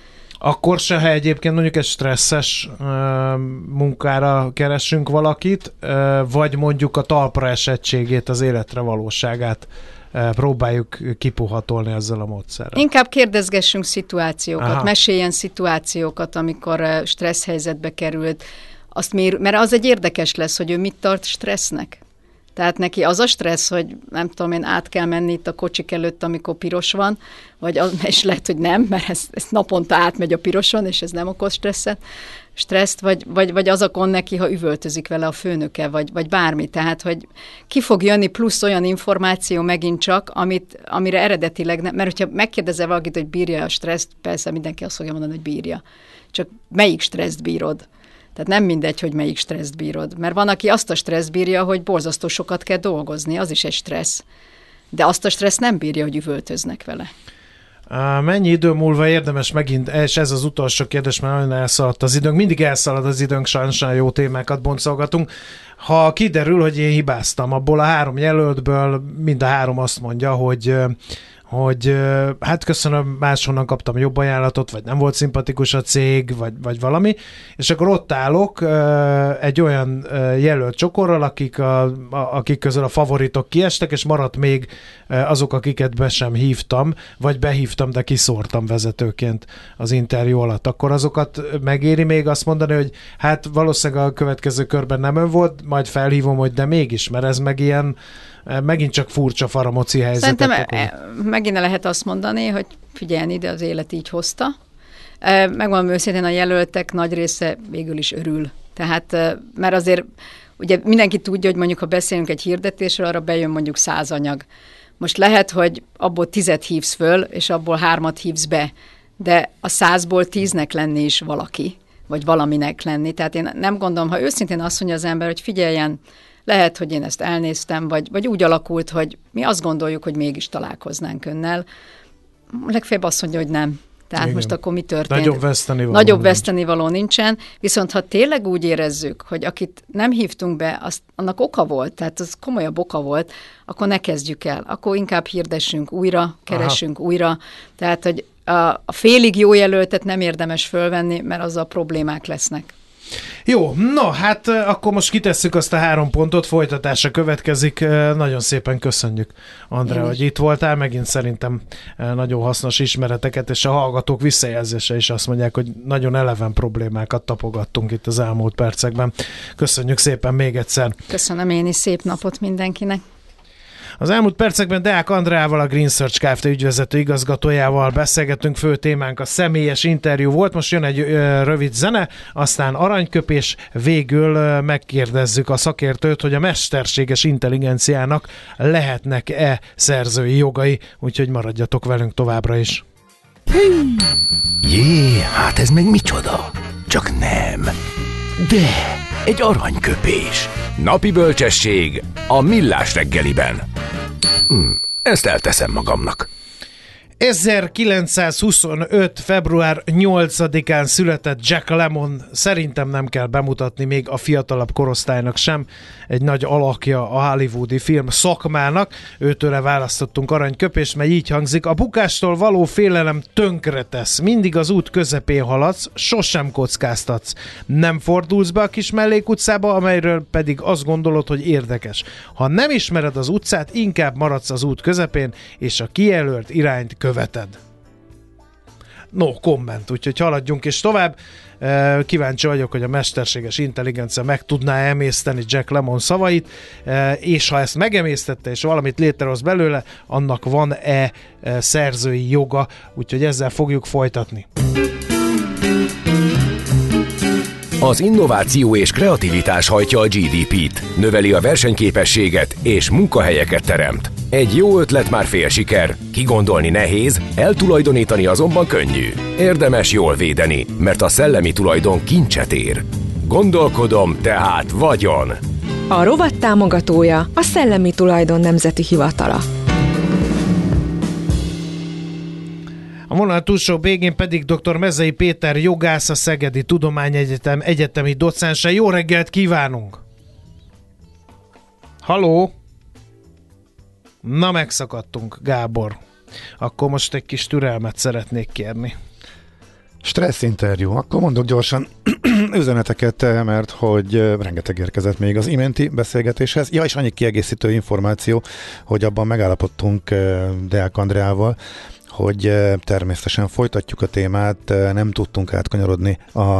Akkor se, ha egyébként mondjuk egy stresszes uh, munkára keresünk valakit, uh, vagy mondjuk a talpra esettségét, az életre valóságát uh, próbáljuk kipuhatolni ezzel a módszerrel. Inkább kérdezgessünk szituációkat, Aha. meséljen szituációkat, amikor uh, stressz helyzetbe került, azt mér, mert az egy érdekes lesz, hogy ő mit tart stressznek. Tehát neki az a stressz, hogy nem tudom én, át kell menni itt a kocsik előtt, amikor piros van, vagy az, és lehet, hogy nem, mert ez, ez naponta átmegy a piroson, és ez nem okoz stresszet, stresszt, vagy, vagy, vagy az a gond neki, ha üvöltözik vele a főnöke, vagy, vagy bármi. Tehát, hogy ki fog jönni plusz olyan információ megint csak, amit, amire eredetileg nem, mert hogyha megkérdezel valakit, hogy bírja a stresszt, persze mindenki azt fogja mondani, hogy bírja. Csak melyik stresszt bírod? Tehát nem mindegy, hogy melyik stresszt bírod. Mert van, aki azt a stressz bírja, hogy borzasztó sokat kell dolgozni, az is egy stressz. De azt a stressz nem bírja, hogy üvöltöznek vele. Mennyi idő múlva érdemes megint, és ez az utolsó kérdés, mert nagyon elszaladt az időnk, mindig elszalad az időnk, sajnos jó témákat boncolgatunk. Ha kiderül, hogy én hibáztam, abból a három jelöltből mind a három azt mondja, hogy hogy hát köszönöm, máshonnan kaptam jobb ajánlatot, vagy nem volt szimpatikus a cég, vagy, vagy valami, és akkor ott állok egy olyan jelölt csokorral, akik, a, a, akik közül a favoritok kiestek, és maradt még azok, akiket be sem hívtam, vagy behívtam, de kiszórtam vezetőként az interjú alatt. Akkor azokat megéri még azt mondani, hogy hát valószínűleg a következő körben nem ön volt, majd felhívom, hogy de mégis, mert ez meg ilyen megint csak furcsa faramoci helyzetet. Szerintem megint lehet azt mondani, hogy figyelni, ide az élet így hozta. Megmondom őszintén, a jelöltek nagy része végül is örül. Tehát, mert azért ugye mindenki tudja, hogy mondjuk, ha beszélünk egy hirdetésről, arra bejön mondjuk száz anyag. Most lehet, hogy abból tizet hívsz föl, és abból hármat hívsz be, de a százból tíznek lenni is valaki, vagy valaminek lenni. Tehát én nem gondolom, ha őszintén azt mondja az ember, hogy figyeljen, lehet, hogy én ezt elnéztem, vagy, vagy úgy alakult, hogy mi azt gondoljuk, hogy mégis találkoznánk önnel. Legfeljebb azt mondja, hogy nem. Tehát igen. Most akkor mi történt? Nagyobb vesztenivaló Nagyobb vesztenivaló nincsen, viszont ha tényleg úgy érezzük, hogy akit nem hívtunk be, azt, annak oka volt, tehát az komolyabb oka volt, akkor ne kezdjük el. Akkor inkább hirdessünk újra, keressünk Aha. újra. Tehát, hogy a, a félig jó jelöltet nem érdemes fölvenni, mert azzal problémák lesznek. Jó, no, hát akkor most kitesszük azt a három pontot, folytatása következik. Nagyon szépen köszönjük, Andrea, hogy itt voltál. Megint szerintem nagyon hasznos ismereteket, és a hallgatók visszajelzése is azt mondják, hogy nagyon eleven problémákat tapogattunk itt az elmúlt percekben. Köszönjük szépen még egyszer. Köszönöm én is, szép napot mindenkinek. Az elmúlt percekben Deák Andreával, a Green Search Kft. Ügyvezető igazgatójával beszélgetünk, fő témánk a személyes interjú volt, most jön egy ö, rövid zene, aztán aranyköpés, végül ö, megkérdezzük a szakértőt, hogy a mesterséges intelligenciának lehetnek-e szerzői jogai, úgyhogy maradjatok velünk továbbra is. Jé, hát ez meg micsoda? Csak nem. De egy aranyköpés. Napi bölcsesség a Millás reggeliben. Hm, ezt elteszem magamnak. ezerkilencszázhuszonöt. február nyolcadikán született Jack Lemmon, szerintem nem kell bemutatni még a fiatalabb korosztálynak sem, egy nagy alakja a hollywoodi film szakmának, őtőle választottunk aranyköpést, mert így hangzik: a bukástól való félelem tönkretesz, mindig az út közepén haladsz, sosem kockáztatsz, nem fordulsz be a kis mellékutcába, amelyről pedig azt gondolod, hogy érdekes. Ha nem ismered az utcát, inkább maradsz az út közepén, és a kijelölt irányt követed. No komment, úgyhogy haladjunk és tovább. Kíváncsi vagyok, hogy a mesterséges intelligencia meg tudná emészteni Jack Lemmon szavait, és ha ezt megemésztette, és valamit létrehoz belőle, annak van-e szerzői joga, úgyhogy ezzel fogjuk folytatni. Az innováció és kreativitás hajtja a gé dé pét, növeli a versenyképességet és munkahelyeket teremt. Egy jó ötlet már fél siker, kigondolni nehéz, eltulajdonítani azonban könnyű. Érdemes jól védeni, mert a szellemi tulajdon kincset ér. Gondolkodom, tehát vagyon! A rovat támogatója a Szellemi Tulajdon Nemzeti Hivatala. A vonal túlsó végén pedig dr. Mezei Péter jogász, a Szegedi Tudományegyetem egyetemi docense. Jó reggelt kívánunk! Halló! Na, megszakadtunk, Gábor. Akkor most egy kis türelmet szeretnék kérni. Stressz interjú. Akkor mondok gyorsan üzeneteket, mert hogy rengeteg érkezett még az iménti beszélgetéshez. Ja, és annyi kiegészítő információ, hogy abban megállapodtunk Deák Andreával, hogy természetesen folytatjuk a témát, nem tudtunk átkanyarodni a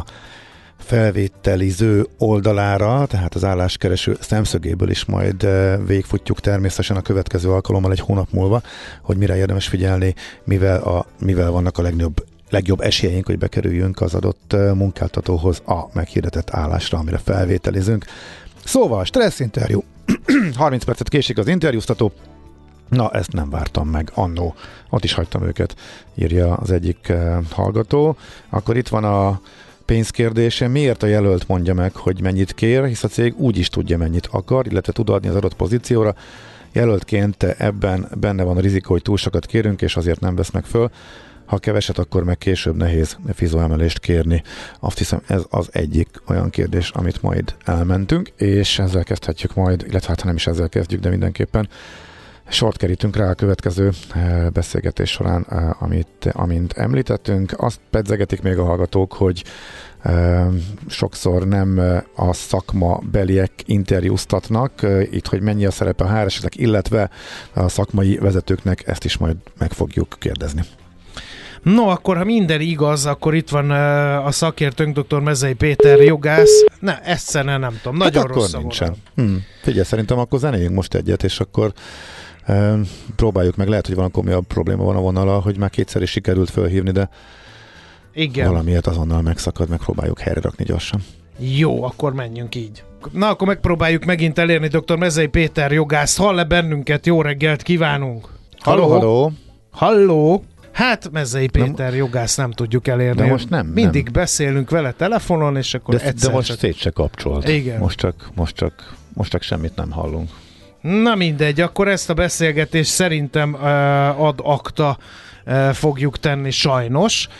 felvételiző oldalára, tehát az álláskereső szemszögéből is majd végigfutjuk természetesen a következő alkalommal egy hónap múlva, hogy mire érdemes figyelni, mivel, a, mivel vannak a legnagyobb, legjobb esélyeink, hogy bekerüljünk az adott munkáltatóhoz a meghirdetett állásra, amire felvételizünk. Szóval stressz interjú. harminc percet késik az interjúztató. Na, ezt nem vártam meg annó. Ott is hagytam őket, írja az egyik hallgató. Akkor itt van a pénzkérdése. Miért a jelölt mondja meg, hogy mennyit kér, hisz a cég úgy is tudja, mennyit akar, illetve tud adni az adott pozícióra. Jelöltként ebben benne van a rizikó, hogy túl sokat kérünk, és azért nem vesznek föl. Ha keveset, akkor meg később nehéz fizóemelést kérni. Azt hiszem, ez az egyik olyan kérdés, amit majd elmentünk, és ezzel kezdhetjük majd, illetve hát ha nem is ezzel kezdjük, de mindenképpen sort kerítünk rá a következő beszélgetés során, amit, amint említettünk. Azt pedzegetik még a hallgatók, hogy e, sokszor nem a szakma beliek interjúztatnak, itt, hogy mennyi a szerepe a há er es-eknek, illetve a szakmai vezetőknek, ezt is majd meg fogjuk kérdezni. No, akkor ha minden igaz, akkor itt van uh, a szakértőnk, dr. Mezei Péter, jogász. Ne, egyszerűen nem tudom, nagyon hát rossz a nincsen. Hmm. Figyelj, szerintem akkor zenéljünk most egyet, és akkor uh, próbáljuk meg. Lehet, hogy van komolyabb probléma van a vonala, hogy már kétszer is sikerült fölhívni, de igen, valamiért azonnal megszakad, megpróbáljuk helyre rakni gyorsan. Jó, akkor menjünk így. Na, akkor megpróbáljuk megint elérni dr. Mezei Péter, jogász. Hall-e bennünket? Jó reggelt kívánunk! Halló, halló! Halló! Hát Mezei Péter nem, jogász nem tudjuk elérni. De most nem. Mindig nem. beszélünk vele telefonon, és akkor de, egyszer de most csak... szét se kapcsolt. Igen. Most csak, most, csak, most csak semmit nem hallunk. Na mindegy, akkor ezt a beszélgetést szerintem uh, ad acta uh, fogjuk tenni sajnos.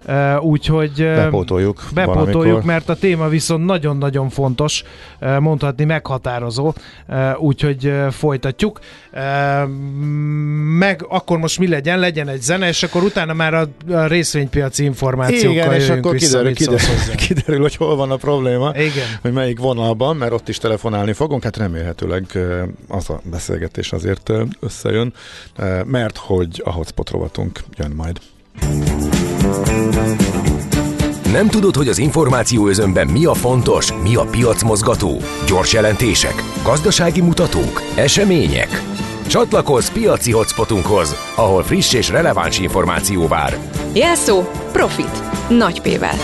úgyhogy bepótoljuk, bepótoljuk valamikor. Mert a téma viszont nagyon-nagyon fontos, mondhatni meghatározó, úgyhogy folytatjuk. Meg akkor most mi legyen? Legyen egy zene, és akkor utána már a részvénypiaci információkkal igen, és jövünk akkor vissza. kiderül, kiderül, kiderül, hogy hol van a probléma, igen. hogy melyik vonalban, mert ott is telefonálni fogunk, hát remélhetőleg az a beszélgetés azért összejön, mert hogy a hotspot rovatunk jön majd. Nem tudod, hogy az információ özönben mi a fontos, mi a piacmozgató? Gyors jelentések, gazdasági mutatók, események? Csatlakozz piaci hotspotunkhoz, ahol friss és releváns információ vár. Jelszó Profit. Nagy P-vel.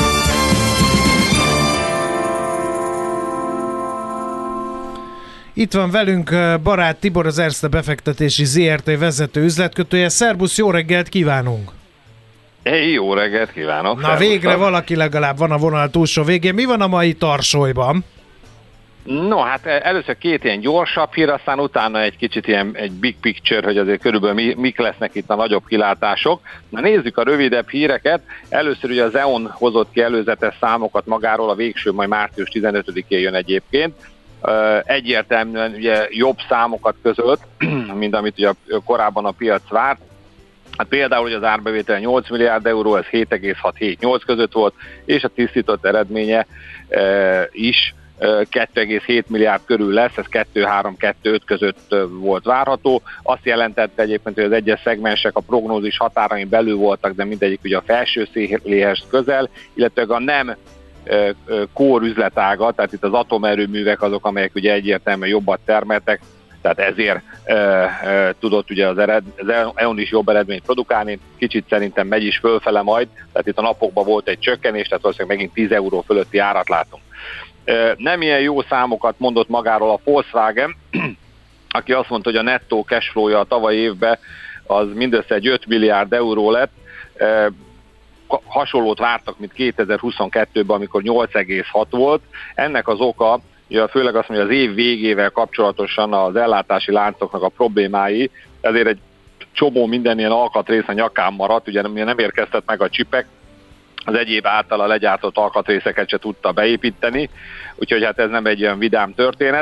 Itt van velünk Barát Tibor, az Erste Befektetési zé er té vezető üzletkötője. Szerbusz, jó reggelt kívánunk! Hey, jó reggelt kívánok! Na szervusztok. Végre valaki legalább van a vonal túlsó végén. Mi van a mai tarsolyban? No, hát először két ilyen gyorsabb hír, aztán utána egy kicsit ilyen egy big picture, hogy azért körülbelül mi, mik lesznek itt a nagyobb kilátások. Na nézzük a rövidebb híreket. Először ugye az é o en hozott ki előzetes számokat magáról, a végső majd március tizenötödikén jön egyébként. Egyértelműen ugye jobb számokat közölt, mint amit ugye korábban a piac várt. Hát például, hogy az árbevétel nyolc milliárd euró, ez hét egész hat hét nyolc között volt, és a tisztított eredménye e, is e, kettő egész hét milliárd körül lesz, ez kettő három kettő öt között volt várható. Azt jelentette egyébként, hogy az egyes szegmensek a prognózis határain belül voltak, de mindegyik ugye a felső széléhez közel, illetve a nem core üzletága, tehát itt az atomerőművek azok, amelyek ugye egyértelműen jobbat termeltek, tehát ezért e, e, tudott ugye az, ered, az é o en is jobb eredményt produkálni, kicsit szerintem megy is fölfele majd, tehát itt a napokban volt egy csökkenés, tehát valószínűleg megint tíz euró fölötti árat látunk. E, nem ilyen jó számokat mondott magáról a Volkswagen, aki azt mondta, hogy a nettó cashflow-ja a tavalyi évben az mindössze egy öt milliárd euró lett, e, hasonlót vártak, mint kétezer-huszonkettőben, amikor nyolc egész hat volt. Ennek az oka, ja, főleg azt mondja, az év végével kapcsolatosan az ellátási láncoknak a problémái, ezért egy csomó minden ilyen alkatrész a nyakán maradt, ugye nem érkeztek meg a csipek, az egyéb általa legyártott alkatrészeket se tudta beépíteni, úgyhogy hát ez nem egy olyan vidám történet.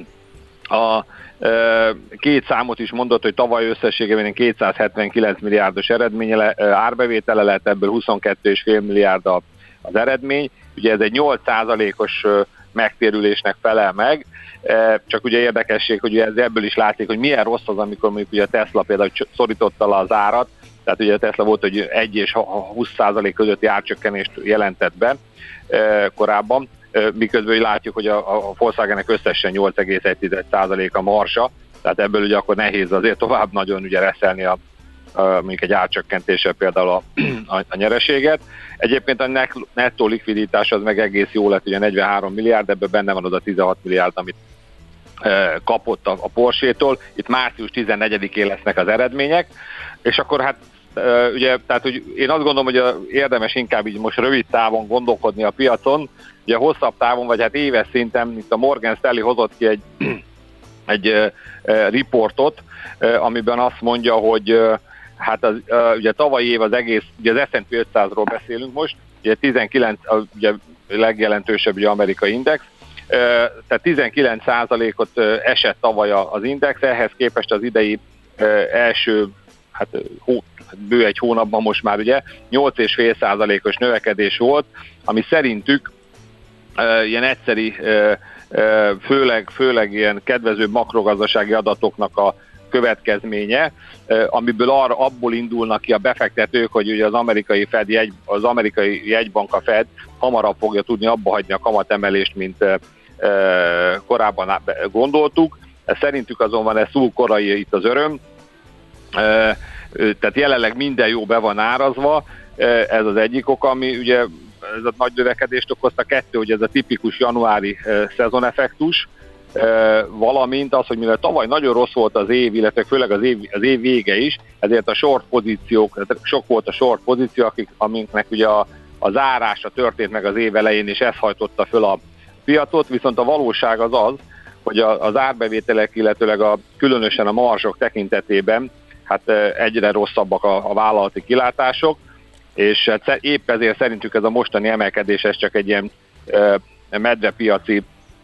A két számot is mondott, hogy tavaly összességében kétszázhetvenkilenc milliárdos eredménye, árbevétele lett, ebből huszonkettő egész öt milliárd az eredmény. Ugye ez egy nyolc százalékos megtérülésnek felel meg, csak ugye érdekesség, hogy ez ebből is látszik, hogy milyen rossz az, amikor mondjuk ugye a Tesla például szorította le az árat, tehát ugye a Tesla volt, hogy egy és húsz százalék közötti árcsökkenést jelentett be korábban, miközben látjuk, hogy a, a Volkswagennek összesen nyolc egész egy százalék a marsa, tehát ebből ugye akkor nehéz azért tovább nagyon ugye reszelni a, a, mondjuk egy árcsökkentéssel például a, a, a nyereséget. Egyébként a nettó likviditás az meg egész jó lett, ugye negyvenhárom milliárd, ebben benne van az a tizenhat milliárd, amit e, kapott a, a Porsche-tól. Itt március tizennegyedikén lesznek az eredmények, és akkor hát e, ugye, tehát hogy én azt gondolom, hogy a, érdemes inkább így most rövid távon gondolkodni a piacon, ugye hosszabb távon, vagy hát éves szinten, itt a Morgan Stanley hozott ki egy, egy uh, uh, riportot, uh, amiben azt mondja, hogy uh, hát az, uh, ugye tavalyi év az egész, ugye az es and pé ötszázról beszélünk most, ugye tizenkilenc, uh, ugye legjelentősebb ugye amerikai index, uh, tehát tizenkilenc százalékot uh, esett tavaly az index, ehhez képest az idei uh, első, hát hó, bő egy hónapban most már ugye nyolc egész öt százalékos növekedés volt, ami szerintük Uh, ilyen egyszeri, uh, uh, főleg, főleg ilyen kedvező makrogazdasági adatoknak a következménye, uh, amiből arra, abból indulnak ki a befektetők, hogy ugye az amerikai Fed jegy, az amerikai jegybank, a Fed hamarabb fogja tudni abba hagyni a kamatemelést, mint uh, uh, korábban gondoltuk. Szerintük azonban ez túl korai itt az öröm. Uh, tehát jelenleg minden jó be van árazva, uh, ez az egyik oka, ami ugye ez a nagy növekedést okozta, kettő, hogy ez a tipikus januári uh, szezoneffektus, uh, valamint az, hogy mivel tavaly nagyon rossz volt az év, illetve főleg az év, az év vége is, ezért a short pozíciók, sok volt a short pozíció, akik, amiknek ugye a, a zárása történt meg az év elején, és ez hajtotta föl a piacot, viszont a valóság az az, hogy a, az árbevételek, illetőleg a, különösen a marzsok tekintetében hát uh, egyre rosszabbak a, a vállalati kilátások. és épp ezért szerintük ez a mostani emelkedés, ez csak egy ilyen medvepiaci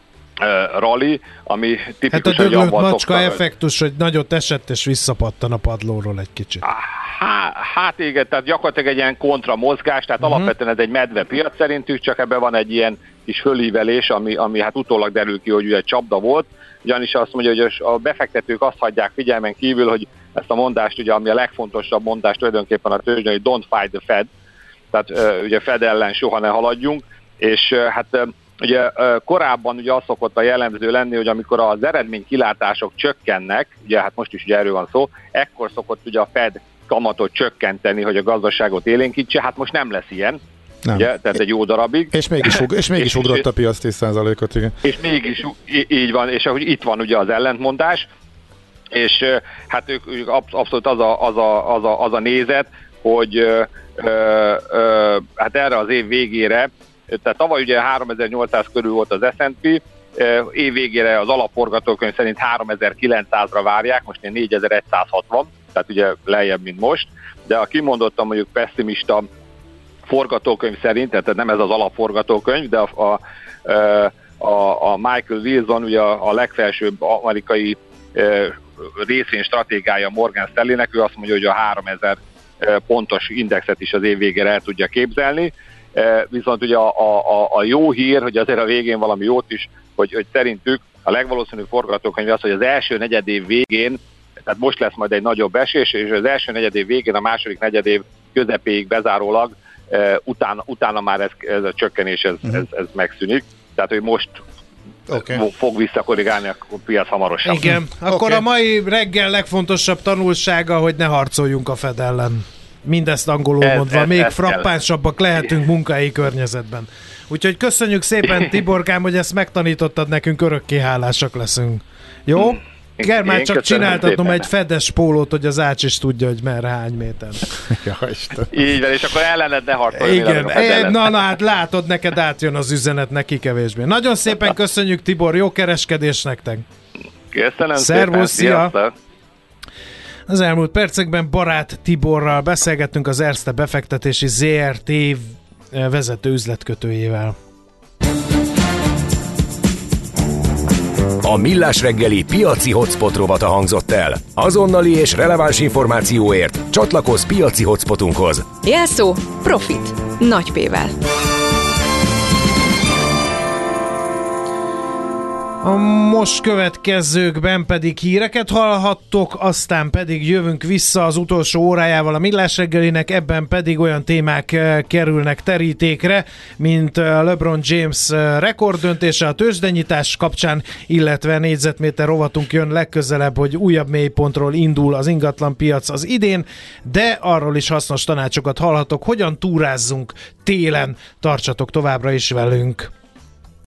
rally, ami tipikusan... Hát a döglött macska szokta, effektus, hogy nagyot esett és visszapattan a padlóról egy kicsit. Há, hát igen, tehát gyakorlatilag egy ilyen kontramozgás, tehát uh-huh. alapvetően ez egy medvepiac szerintük, csak ebben van egy ilyen kis fölívelés, ami, ami hát utólag derül ki, hogy ugye csapda volt, ugyanis azt mondja, hogy a befektetők azt hagyják figyelmen kívül, hogy ezt a mondást, ugye, ami a legfontosabb mondás tulajdonképpen a tőzsdén, hogy don't fight the Fed, tehát ugye Fed ellen soha ne haladjunk, és hát ugye korábban ugye az szokott a jellemző lenni, hogy amikor az eredménykilátások csökkennek, ugye hát most is ugye erről van szó, ekkor szokott ugye a Fed kamatot csökkenteni, hogy a gazdaságot élénkítse, hát most nem lesz ilyen, nem. Ugye, tehát egy jó darabig. És mégis, ug- és mégis és, ugrott a piac tíz százalékot, igen. És mégis így van, és ahogy itt van ugye az ellentmondás, és hát ők, ők abszolút az a, az a, az a, az a nézet, hogy ö, ö, ö, hát erre az év végére, tehát tavaly ugye háromezer-nyolcszáz körül volt az es and pé, év végére az alapforgatókönyv szerint háromezer-kilencszázra várják, most én négyezer-százhatvan, tehát ugye lejjebb, mint most, de a kimondottan mondjuk pessimista forgatókönyv szerint, tehát nem ez az alapforgatókönyv, de a, a, a, a Michael Wilson, ugye a, a legfelsőbb amerikai részvény stratégája Morgan Stanleynek, ő azt mondja, hogy a háromezer pontos indexet is az év végére el tudja képzelni, viszont ugye a, a, a jó hír, hogy azért a végén valami jót is, hogy, hogy szerintük a legvalószínűbb forgatókönyv az, hogy az első negyedév végén, tehát most lesz majd egy nagyobb esés, és az első negyedév végén, a második negyedév közepéig bezárólag, utána, utána már ez, ez a csökkenés ez, ez, ez megszűnik. Tehát, hogy most okay. fog visszakorrigálni a piac hamarosan. Igen, akkor okay. A mai reggel legfontosabb tanulsága, hogy ne harcoljunk a Fed ellen. Mindezt angolul ez, mondva, ez, még ez frappánsabbak kell. Lehetünk munkahelyi környezetben. Úgyhogy köszönjük szépen, Tiborkám, hogy ezt megtanítottad nekünk, örökké hálásak leszünk. Jó? Hmm. Kell már csak csináltatnom szépen egy fedes pólót, hogy az Ács is tudja, hogy merre hány méter. Ja, így van, és akkor ellened ne harcolj. Igen, é, na, na hát látod, neked átjön az üzenet, neki kevésbé. Nagyon szépen köszönjük, Tibor, jó kereskedés nektek. Köszönöm Szervusz, szépen, szia! Az elmúlt percekben Barát Tiborral beszélgettünk, az Erste befektetési zé er té vezető üzletkötőjével. A Millás reggeli piaci hotspot rovata hangzott el. Azonnali és releváns információért csatlakozz piaci hotspotunkhoz. Jelszó Profit. Nagy P-vel. A most következőkben pedig híreket hallhattok, aztán pedig jövünk vissza az utolsó órájával a Millás reggelinek, ebben pedig olyan témák kerülnek terítékre, mint LeBron James rekorddöntése a tőzsdenyítás kapcsán, illetve négyzetméter rovatunk jön legközelebb, hogy újabb mélypontról indul az ingatlanpiac az idén, de arról is hasznos tanácsokat hallhatok, hogyan túrázzunk télen, tartsatok továbbra is velünk.